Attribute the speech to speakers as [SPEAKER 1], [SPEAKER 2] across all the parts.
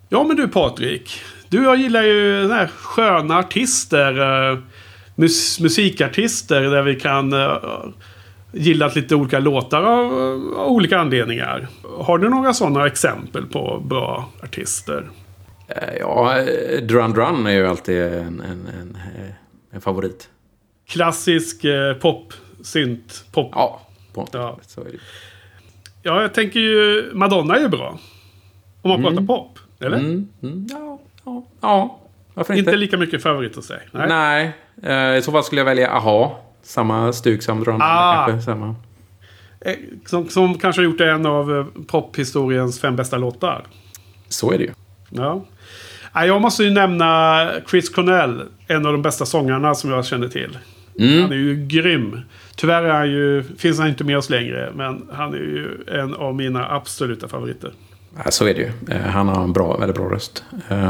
[SPEAKER 1] Ja, men du Patrik. Jag gillar ju såna här sköna artister. Musikartister där vi kan gilla lite olika låtar av olika anledningar. Har du några sådana exempel på bra artister?
[SPEAKER 2] Ja, Duran Duran är ju alltid en favorit.
[SPEAKER 1] Klassisk pop, synt, pop.
[SPEAKER 2] Ja, så är det.
[SPEAKER 1] Ja, jag tänker ju Madonna är ju bra. Om man pratar pop, eller?
[SPEAKER 2] Ja. Varför inte?
[SPEAKER 1] Inte lika mycket favorit hos dig.
[SPEAKER 2] Nej. I så fall skulle jag välja Aha. Samma stuk som Duran Duran. Kanske samma.
[SPEAKER 1] Som kanske har gjort en av pophistoriens 5 bästa låtar.
[SPEAKER 2] Så är det ju.
[SPEAKER 1] Ja. Jag måste ju nämna Chris Cornell. En av de bästa sångarna som jag känner till. Han är ju grym. Tyvärr finns han inte med oss längre. Men han är ju en av mina absoluta favoriter.
[SPEAKER 2] Ja, så är det ju. Han har en väldigt bra röst.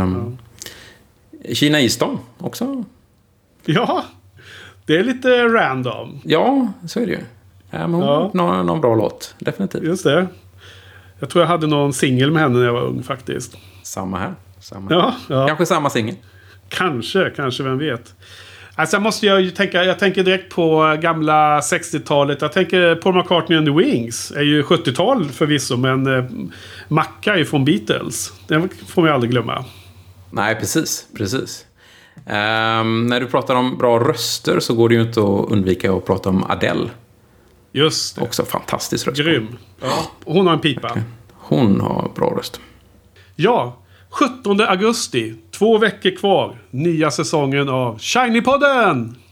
[SPEAKER 2] Kina Easton också.
[SPEAKER 1] Ja, det är lite random.
[SPEAKER 2] Ja, så är det ju. Men hon har någon bra låt, definitivt.
[SPEAKER 1] Just det. Jag tror jag hade någon singel med henne när jag var ung faktiskt.
[SPEAKER 2] Samma här.
[SPEAKER 1] Ja.
[SPEAKER 2] Kanske samma singel.
[SPEAKER 1] Kanske, vem vet. Alltså jag tänker direkt på gamla 60-talet. Jag tänker Paul McCartney and the Wings. Är ju 70-tal förvisso, men Macca är från Beatles. Den får man aldrig glömma.
[SPEAKER 2] Nej, precis. När du pratar om bra röster så går det ju inte att undvika att prata om Adele.
[SPEAKER 1] Just det.
[SPEAKER 2] Också fantastisk röst.
[SPEAKER 1] Grym. Ja. Hon har en pipa.
[SPEAKER 2] Okay. Hon har bra röst.
[SPEAKER 1] Ja, 17 augusti. 2 veckor kvar. Nya säsongen av Shiny-podden!